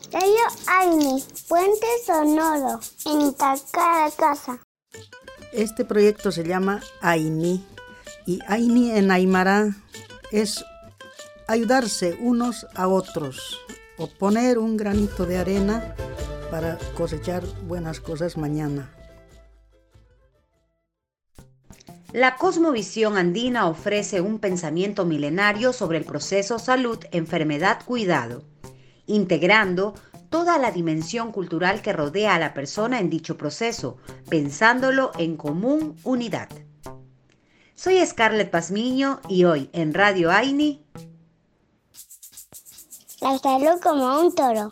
Radio Aini, puente sonoro en Itacara Casa. Este proyecto se llama Aini y Aini en Aymara es ayudarse unos a otros o poner un granito de arena para cosechar buenas cosas mañana. La cosmovisión andina ofrece un pensamiento milenario sobre el proceso salud-enfermedad-cuidado, integrando toda la dimensión cultural que rodea a la persona en dicho proceso, pensándolo en común unidad. Soy Scarlett Pazmiño y hoy en Radio Aini, la salud como un toro.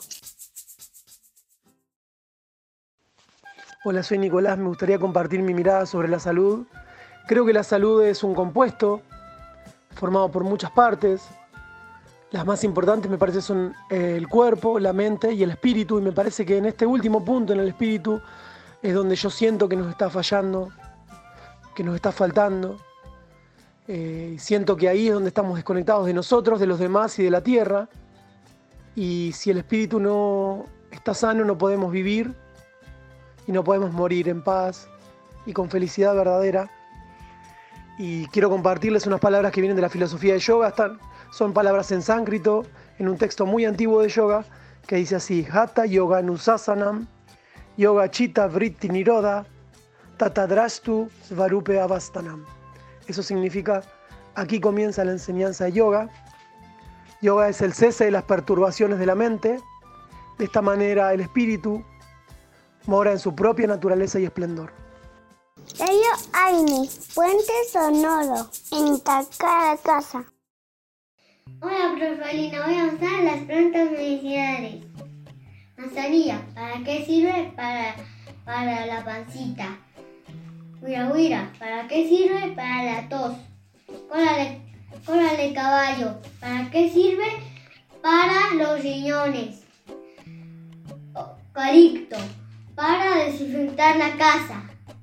Hola, soy Nicolás. Me gustaría compartir mi mirada sobre la salud. Creo que la salud es un compuesto formado por muchas partes. Las más importantes me parece son el cuerpo, la mente y el espíritu. Y me parece que en este último punto, en el espíritu, es donde yo siento que nos está fallando, que nos está faltando. Siento que ahí es donde estamos desconectados de nosotros, de los demás y de la tierra. Y si el espíritu no está sano, no podemos vivir y no podemos morir en paz y con felicidad verdadera. Y quiero compartirles unas palabras que vienen de la filosofía de yoga. Son palabras en sánscrito, en un texto muy antiguo de yoga, que dice así: Hatha yoga nusasanam, yoga chitta vritti nirodha, tatadrastu svarupe avastanam. Eso significa, aquí comienza la enseñanza de yoga. Yoga es el cese de las perturbaciones de la mente. De esta manera el espíritu mora en su propia naturaleza y esplendor. Radio Aini, puente sonoro en Itacara Casa. Hola, Profelina, voy a mostrar las plantas medicinales. Manzanilla, ¿para qué sirve? Para la pancita. Huira, ¿para qué sirve? Para la tos. Cola de caballo, ¿para qué sirve? Para los riñones. Eucalipto, para desinfectar la casa.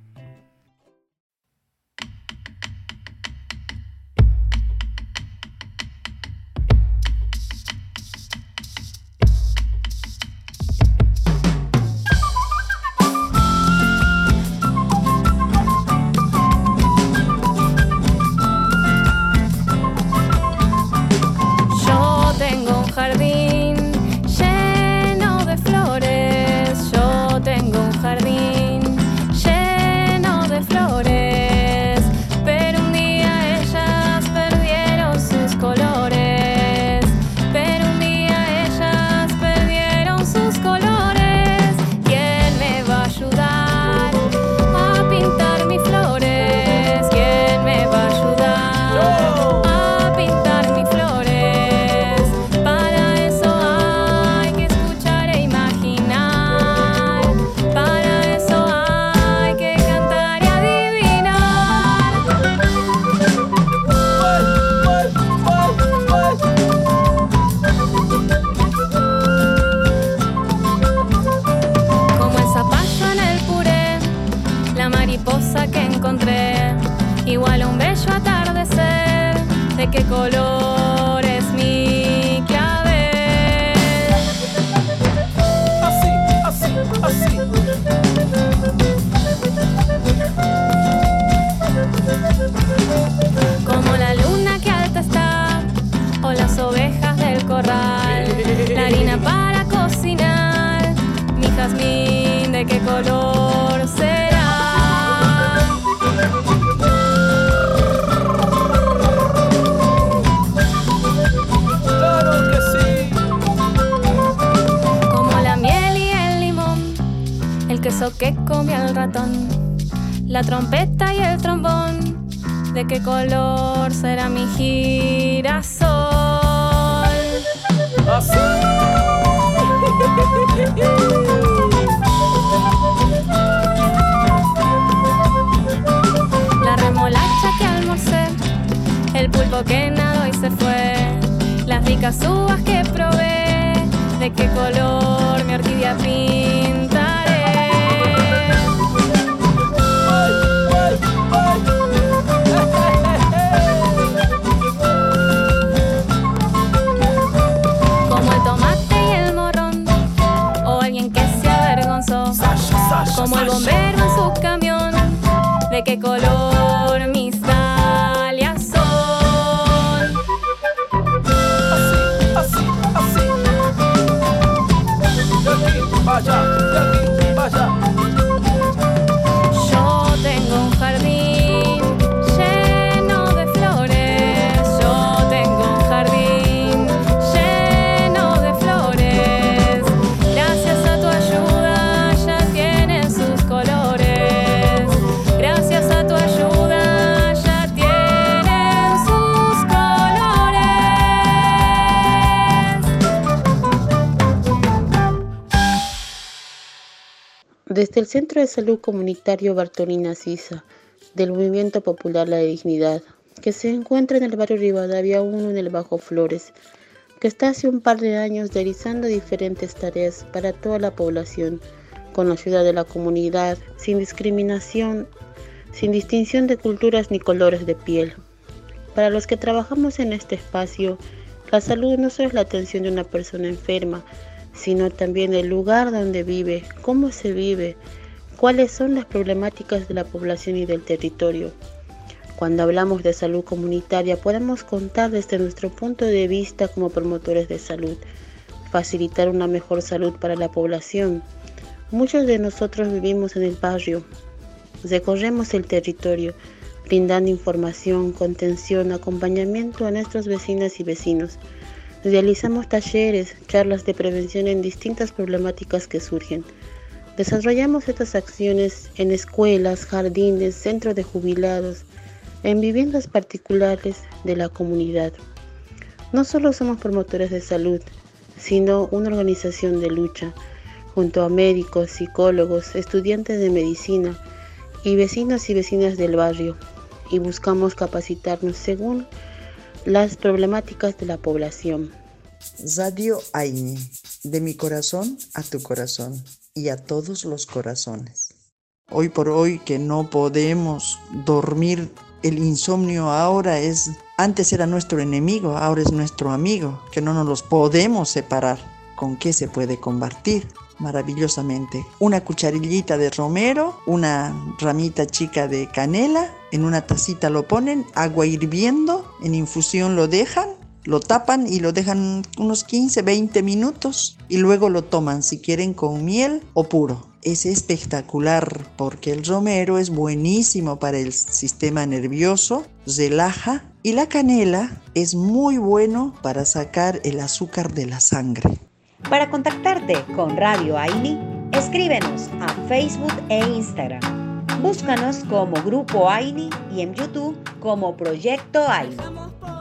¿De qué color es mi clavel? Así. Como la luna que alta está, o las ovejas del corral, la harina para cocinar, mi jazmín, ¿de qué color será? Queso que comía el ratón, la trompeta y el trombón, ¿de qué color será mi girasol? Así. La remolacha que almorcé, el pulpo que nadó y se fue, las ricas uvas que probé, ¿de qué color mi orquídea pintaré? como el bombero en su camión. ¿De qué color mis dalias son? Así. De aquí vaya. Yo tengo un jardín lleno de flores. Yo tengo un jardín lleno de flores. Gracias a tu ayuda ya tienen sus colores. Gracias a tu ayuda ya tienen sus colores. Desde el Centro de Salud Comunitario Bartolina Sisa, del Movimiento Popular La Dignidad, que se encuentra en el barrio Rivadavia 1 en el Bajo Flores, que está hace un par de años realizando diferentes tareas para toda la población, con la ayuda de la comunidad, sin discriminación, sin distinción de culturas ni colores de piel. Para los que trabajamos en este espacio, la salud no solo es la atención de una persona enferma, sino también el lugar donde vive, cómo se vive, cuáles son las problemáticas de la población y del territorio. Cuando hablamos de salud comunitaria, podemos contar desde nuestro punto de vista como promotores de salud, facilitar una mejor salud para la población. Muchos de nosotros vivimos en el barrio, recorremos el territorio, brindando información, contención, acompañamiento a nuestros vecinas y vecinos. Realizamos talleres, charlas de prevención en distintas problemáticas que surgen. Desarrollamos estas acciones en escuelas, jardines, centros de jubilados, en viviendas particulares de la comunidad. No solo somos promotores de salud, sino una organización de lucha, junto a médicos, psicólogos, estudiantes de medicina y vecinos y vecinas del barrio, y buscamos capacitarnos según las problemáticas de la población. Radio Aini, de mi corazón a tu corazón y a todos los corazones. Hoy por hoy que no podemos dormir, el insomnio antes era nuestro enemigo, ahora es nuestro amigo, que no nos los podemos separar. ¿Con qué se puede combatir? Maravillosamente. Una cucharillita de romero, una ramita chica de canela, en una tacita lo ponen, agua hirviendo, en infusión lo dejan, lo tapan y lo dejan unos 15-20 minutos y luego lo toman si quieren con miel o puro. Es espectacular porque el romero es buenísimo para el sistema nervioso, relaja, y la canela es muy bueno para sacar el azúcar de la sangre. Para contactarte con Radio Aini, escríbenos a Facebook e Instagram. Búscanos como Grupo Aini y en YouTube como Proyecto Aini.